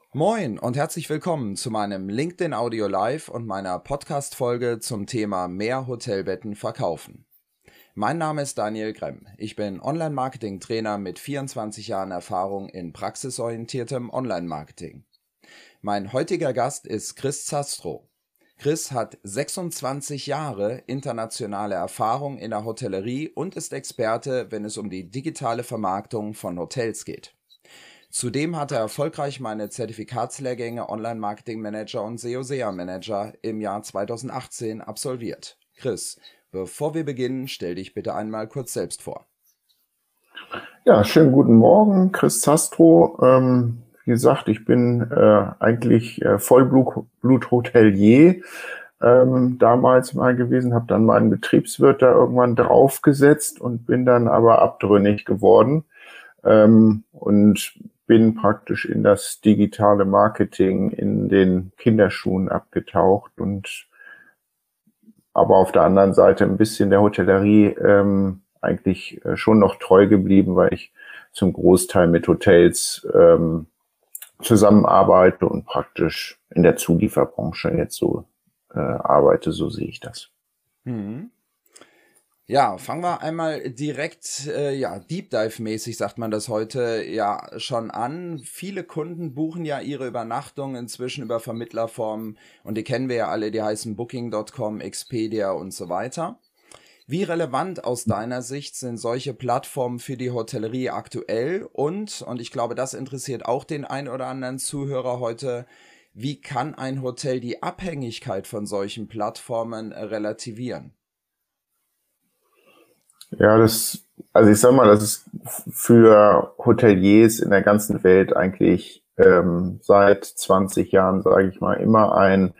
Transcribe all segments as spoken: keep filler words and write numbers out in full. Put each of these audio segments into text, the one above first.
Moin und herzlich willkommen zu meinem LinkedIn Audio Live und meiner Podcast-Folge zum Thema mehr Hotelbetten verkaufen. Mein Name ist Daniel Gremm. Ich bin Online-Marketing-Trainer mit vierundzwanzig Jahren Erfahrung in praxisorientiertem Online-Marketing. Mein heutiger Gast ist Chris Zastrow. Chris hat sechsundzwanzig Jahre internationale Erfahrung in der Hotellerie und ist Experte, wenn es um die digitale Vermarktung von Hotels geht. Zudem hat er erfolgreich meine Zertifikatslehrgänge Online-Marketing Manager und S E O S E A Manager im Jahr zweitausendachtzehn absolviert. Chris, bevor wir beginnen, stell dich bitte einmal kurz selbst vor. Ja, schönen guten Morgen, Chris Zastrow. Ähm, wie gesagt, ich bin äh, eigentlich äh, Vollblut-Hotelier ähm, damals mal gewesen, habe dann meinen Betriebswirt da irgendwann draufgesetzt und bin dann aber abtrünnig geworden ähm, und bin praktisch in das digitale Marketing in den Kinderschuhen abgetaucht und aber auf der anderen Seite ein bisschen der Hotellerie ähm, eigentlich äh, schon noch treu geblieben, weil ich zum Großteil mit Hotels ähm, zusammenarbeite und praktisch in der Zulieferbranche jetzt so äh, arbeite, so sehe ich das. Mhm. Ja, fangen wir einmal direkt, äh, ja, Deep Dive-mäßig sagt man das heute ja schon an. Viele Kunden buchen ja ihre Übernachtung inzwischen über Vermittlerformen und die kennen wir ja alle, die heißen Booking Punkt com, Expedia und so weiter. Wie relevant aus deiner Sicht sind solche Plattformen für die Hotellerie aktuell und, und ich glaube, das interessiert auch den ein oder anderen Zuhörer heute, wie kann ein Hotel die Abhängigkeit von solchen Plattformen äh, relativieren? Ja, das, also ich sag mal, das ist für Hoteliers in der ganzen Welt eigentlich ähm, seit zwanzig Jahren, sage ich mal, immer ein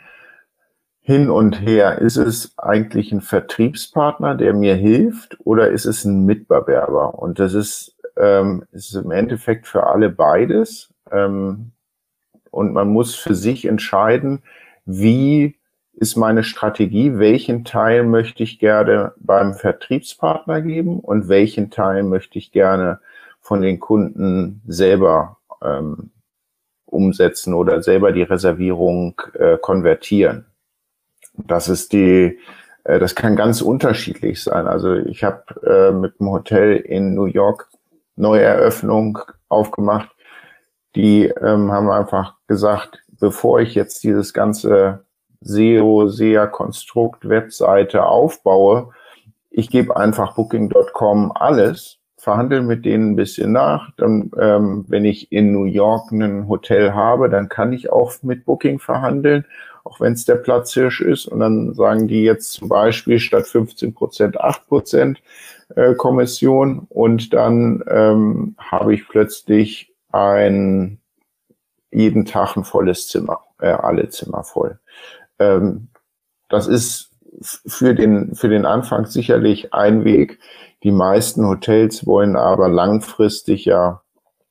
Hin und Her. Ist es eigentlich ein Vertriebspartner, der mir hilft, oder ist es ein Mitbewerber? Und das ist, ähm, ist im Endeffekt für alle beides. Ähm, und man muss für sich entscheiden, wie ist meine Strategie, welchen Teil möchte ich gerne beim Vertriebspartner geben und welchen Teil möchte ich gerne von den Kunden selber ähm, umsetzen oder selber die Reservierung äh, konvertieren. Das ist die, äh, das kann ganz unterschiedlich sein. Also ich habe äh, mit dem Hotel in New York Neueröffnung aufgemacht. Die ähm, haben einfach gesagt, bevor ich jetzt dieses ganze S E O, S E A-Konstrukt, Webseite aufbaue, ich gebe einfach Booking Punkt com alles, verhandle mit denen ein bisschen nach. Dann, ähm, wenn ich in New York ein Hotel habe, dann kann ich auch mit Booking verhandeln, auch wenn es der Platzhirsch ist. Und dann sagen die jetzt zum Beispiel statt fünfzehn Prozent acht Prozent äh, Kommission. Und dann ähm, habe ich plötzlich ein jeden Tag ein volles Zimmer, äh, alle Zimmer voll. Ähm, das ist für den, für den Anfang sicherlich ein Weg. Die meisten Hotels wollen aber langfristig ja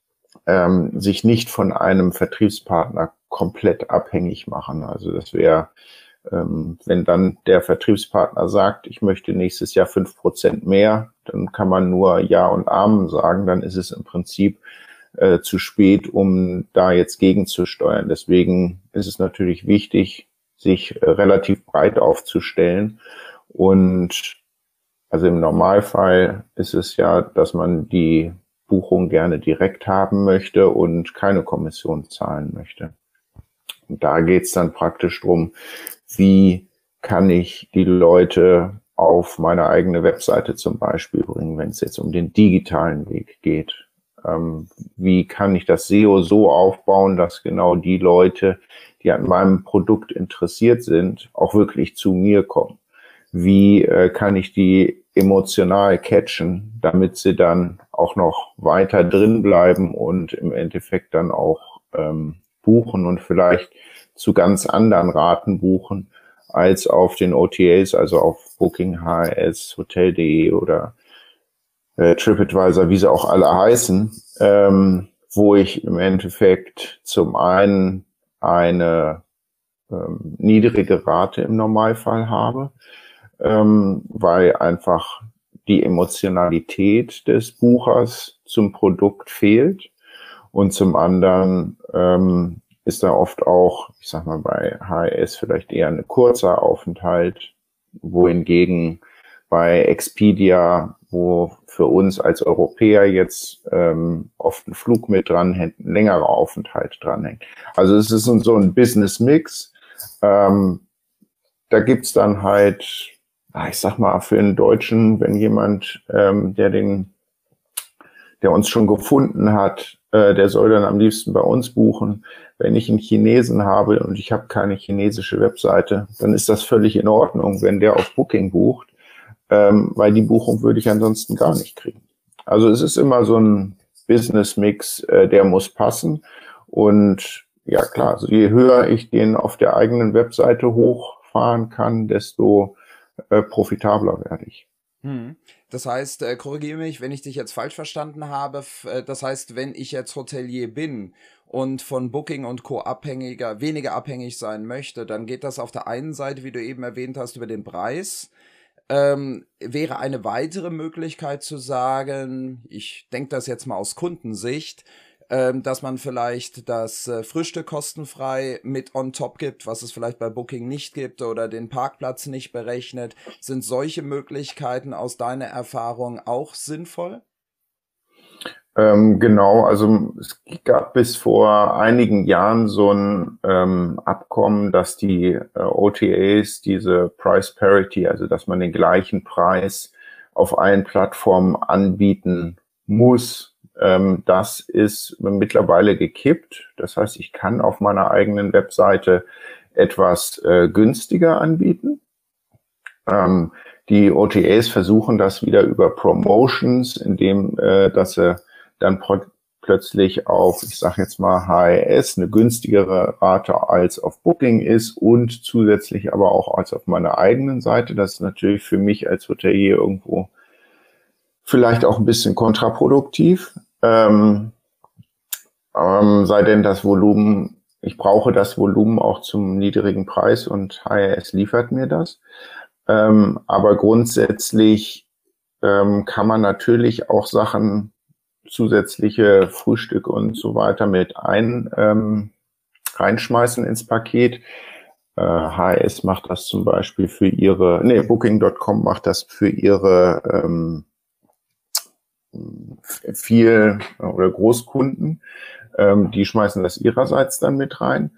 ähm, sich nicht von einem Vertriebspartner komplett abhängig machen. Also das wäre, ähm, wenn dann der Vertriebspartner sagt, ich möchte nächstes Jahr fünf Prozent mehr, dann kann man nur Ja und Amen sagen, dann ist es im Prinzip äh, zu spät, um da jetzt gegenzusteuern. Deswegen ist es natürlich wichtig, sich äh, relativ breit aufzustellen. Und also im Normalfall ist es ja, dass man die Buchung gerne direkt haben möchte und keine Kommission zahlen möchte. Und da geht's dann praktisch drum, wie kann ich die Leute auf meine eigene Webseite zum Beispiel bringen, wenn es jetzt um den digitalen Weg geht. Ähm, wie kann ich das S E O so aufbauen, dass genau die Leute, die an meinem Produkt interessiert sind, auch wirklich zu mir kommen? Wie äh, kann ich die emotional catchen, damit sie dann auch noch weiter drin bleiben und im Endeffekt dann auch ähm, buchen und vielleicht zu ganz anderen Raten buchen als auf den O T As, also auf Booking, H R S, Hotel punkt de oder äh, TripAdvisor, wie sie auch alle heißen, ähm, wo ich im Endeffekt zum einen eine ähm, niedrige Rate im Normalfall habe, ähm, weil einfach die Emotionalität des Buchers zum Produkt fehlt. Und zum anderen ähm, ist da oft auch, ich sag mal, bei H R S vielleicht eher ein kurzer Aufenthalt, wohingegen bei Expedia, wo für uns als Europäer jetzt ähm, oft ein Flug mit dranhängt, ein längerer Aufenthalt dranhängt. Also es ist so ein Business-Mix. Ähm, da gibt's dann halt, ich sag mal, für einen Deutschen, wenn jemand, ähm, der den, der uns schon gefunden hat, äh, der soll dann am liebsten bei uns buchen. Wenn ich einen Chinesen habe und ich habe keine chinesische Webseite, dann ist das völlig in Ordnung, wenn der auf Booking bucht, ähm, weil die Buchung würde ich ansonsten gar nicht kriegen. Also es ist immer so ein Business-Mix, äh, der muss passen. Und ja klar, also je höher ich den auf der eigenen Webseite hochfahren kann, desto äh, profitabler werde ich. Hm. Das heißt, äh, korrigiere mich, wenn ich dich jetzt falsch verstanden habe. F äh, das heißt, wenn ich jetzt Hotelier bin und von Booking und Co. abhängiger, weniger abhängig sein möchte, dann geht das auf der einen Seite, wie du eben erwähnt hast, über den Preis. Ähm, wäre eine weitere Möglichkeit zu sagen, ich denke das jetzt mal aus Kundensicht, ähm, dass man vielleicht das äh, Frühstück kostenfrei mit on top gibt, was es vielleicht bei Booking nicht gibt, oder den Parkplatz nicht berechnet. Sind solche Möglichkeiten aus deiner Erfahrung auch sinnvoll? Ähm, genau, also es gab bis vor einigen Jahren so ein ähm, Abkommen, dass die äh, O T As diese Price Parity, also dass man den gleichen Preis auf allen Plattformen anbieten muss. Ähm, das ist mittlerweile gekippt. Das heißt, ich kann auf meiner eigenen Webseite etwas äh, günstiger anbieten. Ähm, die O T As versuchen das wieder über Promotions, indem äh, dass sie dann plötzlich auf, ich sage jetzt mal H R S, eine günstigere Rate als auf Booking ist und zusätzlich aber auch als auf meiner eigenen Seite. Das ist natürlich für mich als Hotelier irgendwo vielleicht auch ein bisschen kontraproduktiv. Ähm, ähm, sei denn das Volumen, ich brauche das Volumen auch zum niedrigen Preis und H R S liefert mir das. Ähm, aber grundsätzlich ähm, kann man natürlich auch Sachen, zusätzliche Frühstück und so weiter mit ein ähm, reinschmeißen ins Paket. Äh, H R S macht das zum Beispiel für ihre, nee, Booking Punkt com macht das für ihre ähm, viel oder Großkunden. Ähm, die schmeißen das ihrerseits dann mit rein.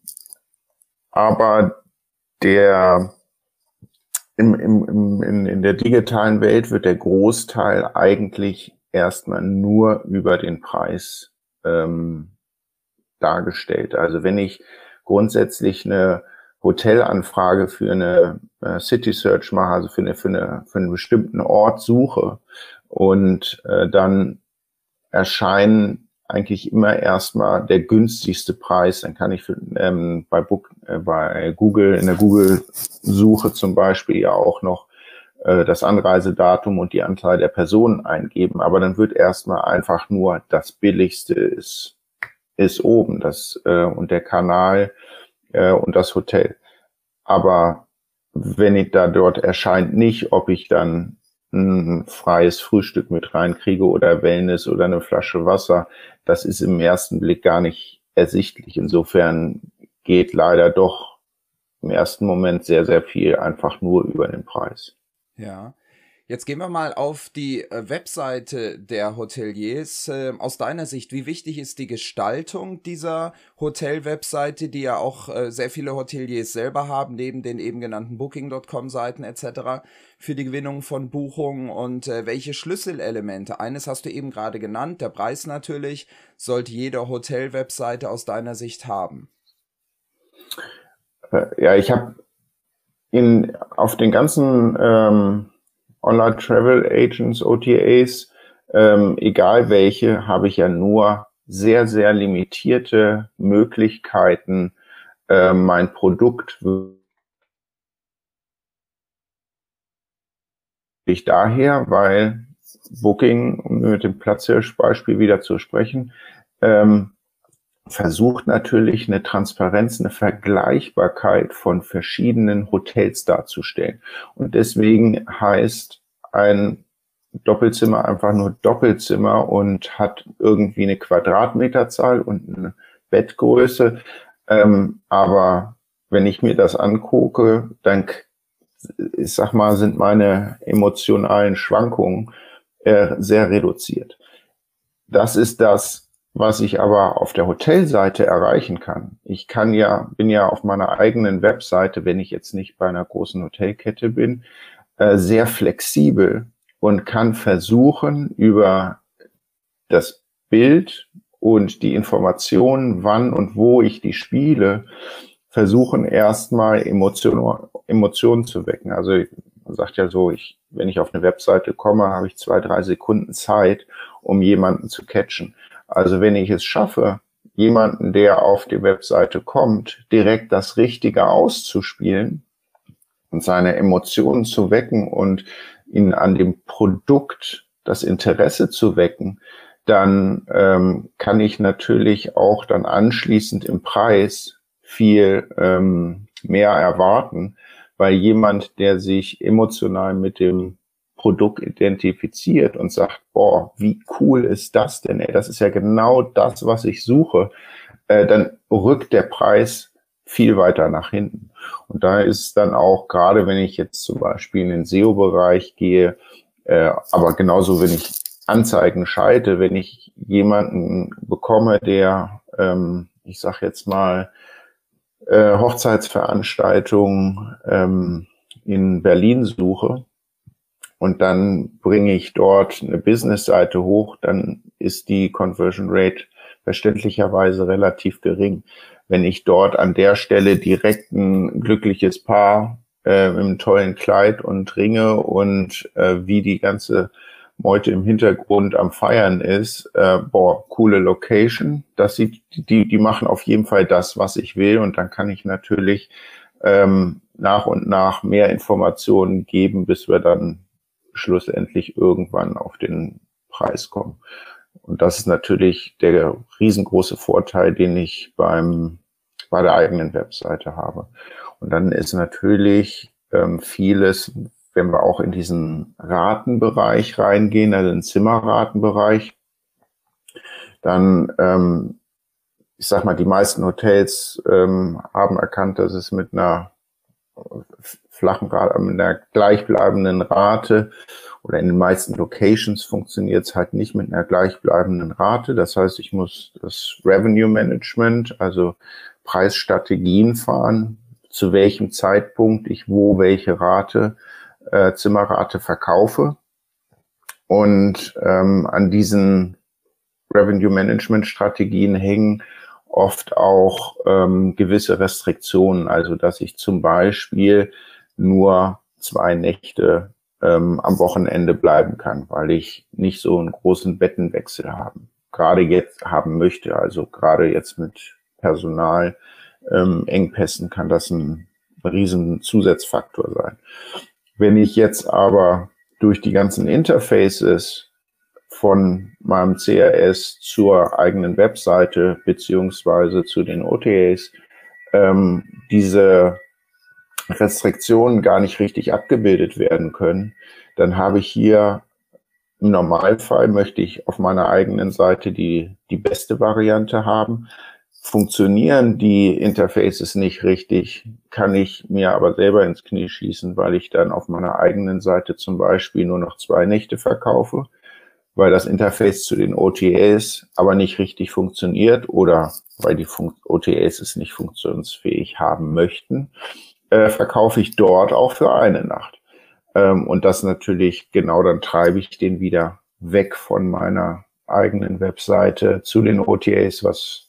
Aber der im, im, im, in, in der digitalen Welt wird der Großteil eigentlich erstmal nur über den Preis ähm, dargestellt. Also wenn ich grundsätzlich eine Hotelanfrage für eine äh, City Search mache, also für, eine, für, eine, für einen bestimmten Ort suche und äh, dann erscheinen eigentlich immer erstmal der günstigste Preis, dann kann ich für, ähm, bei, Book, äh, bei Google, in der Google-Suche zum Beispiel ja auch noch äh, das Anreisedatum und die Anzahl der Personen eingeben, aber dann wird erstmal einfach nur das Billigste ist, ist oben, das äh, und der Kanal äh, und das Hotel. Aber wenn ich da dort erscheint nicht, ob ich dann ein freies Frühstück mit reinkriege oder Wellness oder eine Flasche Wasser, das ist im ersten Blick gar nicht ersichtlich. Insofern geht leider doch im ersten Moment sehr, sehr viel einfach nur über den Preis. Ja. Jetzt gehen wir mal auf die äh, Webseite der Hoteliers. Äh, aus deiner Sicht, wie wichtig ist die Gestaltung dieser Hotel-Webseite, die ja auch äh, sehr viele Hoteliers selber haben, neben den eben genannten Booking Punkt com-Seiten et cetera, für die Gewinnung von Buchungen, und äh, welche Schlüsselelemente, eines hast du eben gerade genannt, der Preis natürlich, sollte jede Hotel-Webseite aus deiner Sicht haben? Ja, ich habe in auf den ganzen ähm Online-Travel-Agents, O T As, ähm, egal welche, habe ich ja nur sehr, sehr limitierte Möglichkeiten, äh, mein Produkt wirklich daher, weil Booking, um mit dem Platzhirsch-Beispiel wieder zu sprechen, ähm, versucht natürlich eine Transparenz, eine Vergleichbarkeit von verschiedenen Hotels darzustellen. Und deswegen heißt ein Doppelzimmer einfach nur Doppelzimmer und hat irgendwie eine Quadratmeterzahl und eine Bettgröße, Ähm, aber wenn ich mir das angucke, dann, ich sag mal, sind meine emotionalen Schwankungen äh, sehr reduziert. Das ist das, was ich aber auf der Hotelseite erreichen kann. Ich kann ja, bin ja auf meiner eigenen Webseite, wenn ich jetzt nicht bei einer großen Hotelkette bin, äh, sehr flexibel und kann versuchen, über das Bild und die Informationen, wann und wo ich die spiele, versuchen erstmal Emotionen, Emotionen zu wecken. Also man sagt ja so, ich, wenn ich auf eine Webseite komme, habe ich zwei, drei Sekunden Zeit, um jemanden zu catchen. Also wenn ich es schaffe, jemanden, der auf die Webseite kommt, direkt das Richtige auszuspielen und seine Emotionen zu wecken und ihn an dem Produkt das Interesse zu wecken, dann ähm, kann ich natürlich auch dann anschließend im Preis viel ähm, mehr erwarten, weil jemand, der sich emotional mit dem Produkt identifiziert und sagt, boah, wie cool ist das denn, ey, das ist ja genau das, was ich suche, äh, dann rückt der Preis viel weiter nach hinten. Und da ist dann auch, gerade wenn ich jetzt zum Beispiel in den S E O-Bereich gehe, äh, aber genauso, wenn ich Anzeigen schalte, wenn ich jemanden bekomme, der, ähm, ich sag jetzt mal, äh, Hochzeitsveranstaltungen ähm, in Berlin suche und dann bringe ich dort eine Business-Seite hoch, dann ist die Conversion Rate verständlicherweise relativ gering. Wenn ich dort an der Stelle direkt ein glückliches Paar äh, mit einem tollen Kleid und Ringe und äh, wie die ganze Meute im Hintergrund am Feiern ist, äh, boah, coole Location, das sieht, die, die machen auf jeden Fall das, was ich will, und dann kann ich natürlich ähm, nach und nach mehr Informationen geben, bis wir dann schlussendlich irgendwann auf den Preis kommen. Und das ist natürlich der riesengroße Vorteil, den ich beim bei der eigenen Webseite habe. Und dann ist natürlich ähm, vieles, wenn wir auch in diesen Ratenbereich reingehen, also den Zimmerratenbereich, dann, ähm, ich sag mal, die meisten Hotels ähm, haben erkannt, dass es mit einer flachen Rate, mit einer gleichbleibenden Rate oder in den meisten Locations funktioniert es halt nicht mit einer gleichbleibenden Rate. Das heißt, ich muss das Revenue Management, also Preisstrategien fahren, zu welchem Zeitpunkt ich wo welche Rate, äh, Zimmerrate verkaufe. Und ähm, an diesen Revenue Management Strategien hängen oft auch ähm, gewisse Restriktionen, also dass ich zum Beispiel nur zwei Nächte ähm, am Wochenende bleiben kann, weil ich nicht so einen großen Bettenwechsel haben, gerade jetzt haben möchte. Also gerade jetzt mit Personal ähm, Engpässen kann das ein riesen Zusatzfaktor sein. Wenn ich jetzt aber durch die ganzen Interfaces von meinem C R S zur eigenen Webseite beziehungsweise zu den O T As ähm, diese Restriktionen gar nicht richtig abgebildet werden können, dann habe ich hier im Normalfall, möchte ich auf meiner eigenen Seite die, die beste Variante haben. Funktionieren die Interfaces nicht richtig, kann ich mir aber selber ins Knie schießen, weil ich dann auf meiner eigenen Seite zum Beispiel nur noch zwei Nächte verkaufe, weil das Interface zu den O T As aber nicht richtig funktioniert oder weil die Fun- O T As es nicht funktionsfähig haben möchten, äh, verkaufe ich dort auch für eine Nacht. Ähm, und das natürlich, genau, dann treibe ich den wieder weg von meiner eigenen Webseite zu den O T As, was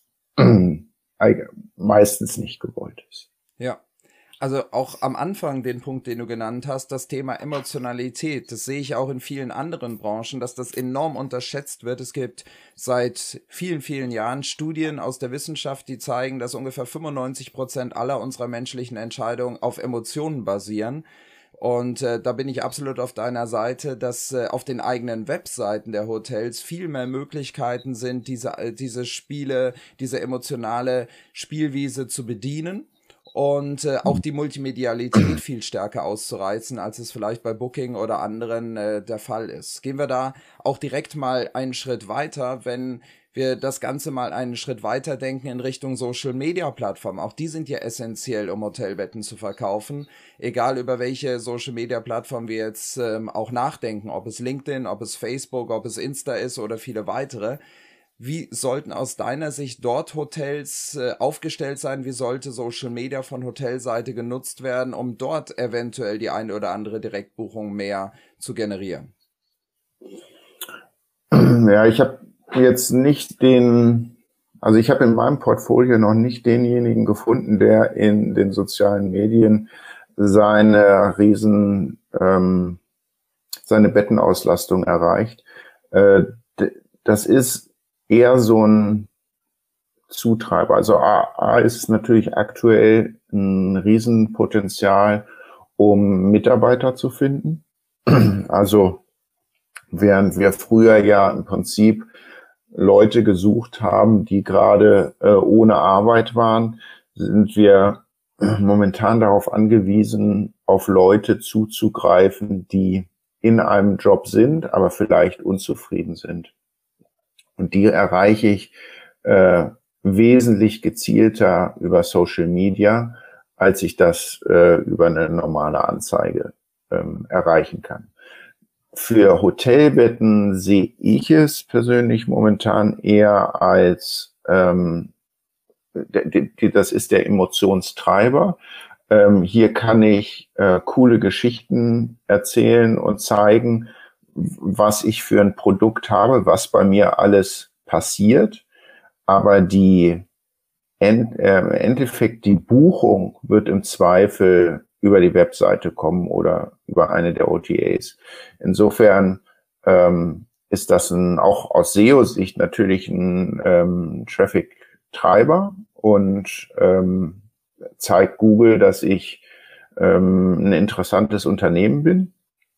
meistens nicht gewollt ist. Ja. Also auch am Anfang den Punkt, den du genannt hast, das Thema Emotionalität, das sehe ich auch in vielen anderen Branchen, dass das enorm unterschätzt wird. Es gibt seit vielen, vielen Jahren Studien aus der Wissenschaft, die zeigen, dass ungefähr fünfundneunzig Prozent aller unserer menschlichen Entscheidungen auf Emotionen basieren. Und äh, da bin ich absolut auf deiner Seite, dass äh, auf den eigenen Webseiten der Hotels viel mehr Möglichkeiten sind, diese, äh, diese Spiele, diese emotionale Spielwiese zu bedienen. und äh, auch die Multimedialität viel stärker auszureizen, als es vielleicht bei Booking oder anderen äh, der Fall ist. Gehen wir da auch direkt mal einen Schritt weiter, wenn wir das Ganze mal einen Schritt weiter denken in Richtung Social-Media-Plattformen. Auch die sind ja essentiell, um Hotelbetten zu verkaufen. Egal über welche Social-Media-Plattform wir jetzt ähm, auch nachdenken, ob es LinkedIn, ob es Facebook, ob es Insta ist oder viele weitere. Wie sollten aus deiner Sicht dort Hotels äh, aufgestellt sein? Wie sollte Social-Media von Hotelseite genutzt werden, um dort eventuell die eine oder andere Direktbuchung mehr zu generieren? Ja, ich habe jetzt nicht den, also ich habe in meinem Portfolio noch nicht denjenigen gefunden, der in den sozialen Medien seine riesen, ähm, seine Bettenauslastung erreicht. Äh, das ist eher so ein Zutreiber. Also A, A ist natürlich aktuell ein Riesenpotenzial, um Mitarbeiter zu finden. Also während wir früher ja im Prinzip Leute gesucht haben, die gerade äh, ohne Arbeit waren, sind wir momentan darauf angewiesen, auf Leute zuzugreifen, die in einem Job sind, aber vielleicht unzufrieden sind. Und die erreiche ich äh, wesentlich gezielter über Social Media, als ich das äh, über eine normale Anzeige ähm, erreichen kann. Für Hotelbetten sehe ich es persönlich momentan eher als, ähm, die, die, das ist der Emotionstreiber. Ähm, hier kann ich äh, coole Geschichten erzählen und zeigen, was ich für ein Produkt habe, was bei mir alles passiert. Aber die End, äh, im Endeffekt die Buchung wird im Zweifel über die Webseite kommen oder über eine der O T As. Insofern ähm, ist das ein, auch aus S E O-Sicht natürlich ein ähm, Traffic-Treiber und ähm, zeigt Google, dass ich ähm, ein interessantes Unternehmen bin.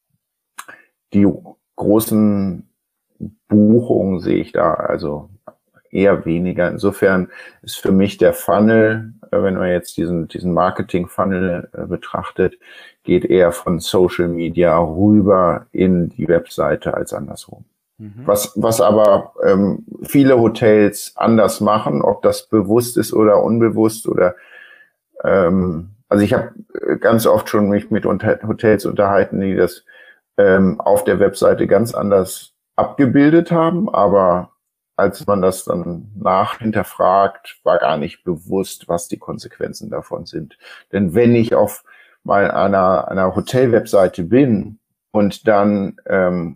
Die großen Buchungen sehe ich da also eher weniger. Insofern ist für mich der Funnel, wenn man jetzt diesen, diesen Marketing-Funnel äh, betrachtet, geht eher von Social Media rüber in die Webseite als andersrum. Mhm. Was, was aber ähm, viele Hotels anders machen, ob das bewusst ist oder unbewusst oder ähm, also ich habe ganz oft schon mich mit Hotels unterhalten, die das ähm, auf der Webseite ganz anders abgebildet haben, aber als man das dann nach hinterfragt, war gar nicht bewusst, was die Konsequenzen davon sind. Denn wenn ich auf mal einer, einer Hotel-Webseite bin und dann ähm,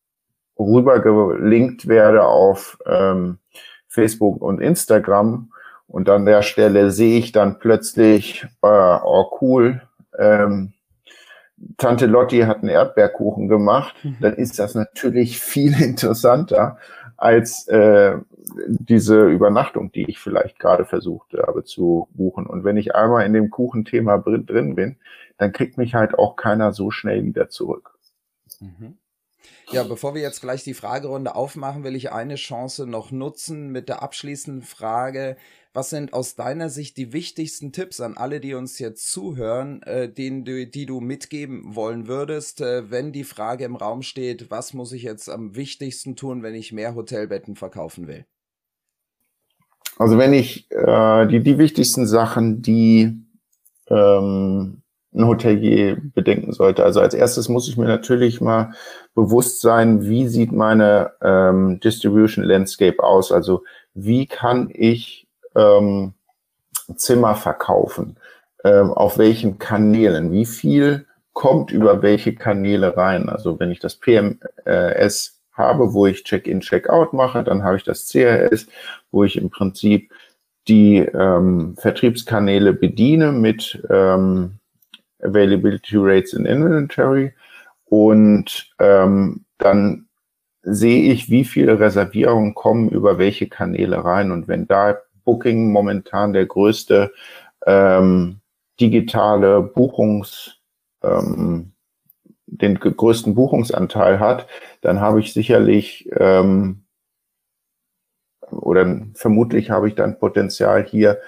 rübergelinkt werde auf ähm, Facebook und Instagram und an der Stelle sehe ich dann plötzlich, äh, oh cool, ähm, Tante Lotti hat einen Erdbeerkuchen gemacht, dann ist das natürlich viel interessanter als äh, diese Übernachtung, die ich vielleicht gerade versucht habe zu buchen. Und wenn ich einmal in dem Kuchenthema drin bin, dann kriegt mich halt auch keiner so schnell wieder zurück. Mhm. Ja, bevor wir jetzt gleich die Fragerunde aufmachen, will ich eine Chance noch nutzen mit der abschließenden Frage. Was sind aus deiner Sicht die wichtigsten Tipps an alle, die uns jetzt zuhören, äh, denen du, die du mitgeben wollen würdest, äh, wenn die Frage im Raum steht, was muss ich jetzt am wichtigsten tun, wenn ich mehr Hotelbetten verkaufen will? Also wenn ich äh, die, die wichtigsten Sachen, die ähm, ein Hotelier bedenken sollte. Also als erstes muss ich mir natürlich mal bewusst sein, wie sieht meine ähm, Distribution Landscape aus? Also wie kann ich ähm, Zimmer verkaufen? Ähm, auf welchen Kanälen? Wie viel kommt über welche Kanäle rein? Also wenn ich das P M S habe, wo ich Check-in, Check-out mache, dann habe ich das C R S, wo ich im Prinzip die ähm, Vertriebskanäle bediene mit ähm, Availability Rates in Inventory und ähm, dann sehe ich, wie viele Reservierungen kommen über welche Kanäle rein und wenn da Booking momentan der größte ähm, digitale Buchungs ähm, den größten Buchungsanteil hat, dann habe ich sicherlich ähm, oder vermutlich habe ich dann Potenzial hier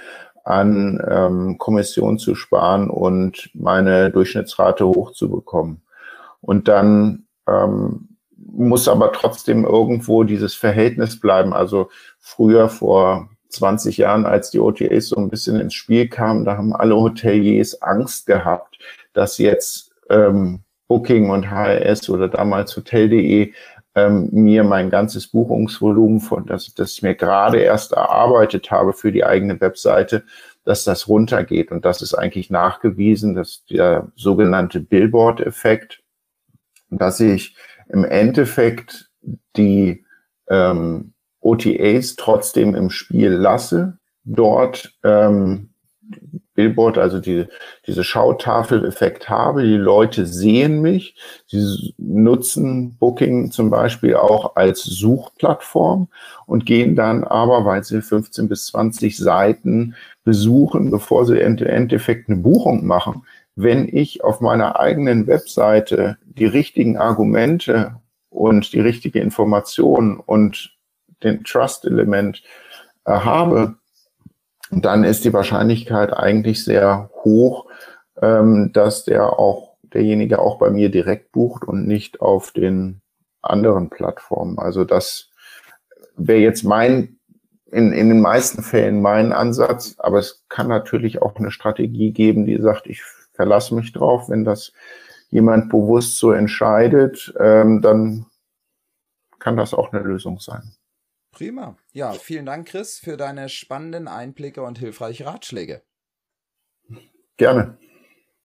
an ähm, Kommission zu sparen und meine Durchschnittsrate hochzubekommen. Und dann ähm, muss aber trotzdem irgendwo dieses Verhältnis bleiben. Also früher, vor zwanzig Jahren, als die O T As so ein bisschen ins Spiel kamen, da haben alle Hoteliers Angst gehabt, dass jetzt ähm, Booking und H R S oder damals Hotel punkt de ähm, mir mein ganzes Buchungsvolumen, von das, das ich mir gerade erst erarbeitet habe für die eigene Webseite, dass das runtergeht. Und das ist eigentlich nachgewiesen, dass der sogenannte Billboard-Effekt, dass ich im Endeffekt die ähm, O T As trotzdem im Spiel lasse, dort ähm, Billboard, also die, diese Schautafel-Effekt habe. Die Leute sehen mich. Sie nutzen Booking zum Beispiel auch als Suchplattform und gehen dann aber, weil sie fünfzehn bis zwanzig Seiten besuchen, bevor sie im Endeffekt eine Buchung machen. Wenn ich auf meiner eigenen Webseite die richtigen Argumente und die richtige Information und den Trust-Element äh, habe, dann ist die Wahrscheinlichkeit eigentlich sehr hoch, ähm, dass der auch, derjenige auch bei mir direkt bucht und nicht auf den anderen Plattformen. Also das wäre jetzt mein, in, in den meisten Fällen mein Ansatz, aber es kann natürlich auch eine Strategie geben, die sagt, ich verlasse mich drauf, wenn das jemand bewusst so entscheidet, ähm, dann kann das auch eine Lösung sein. Prima. Ja, vielen Dank, Chris, für deine spannenden Einblicke und hilfreiche Ratschläge. Gerne.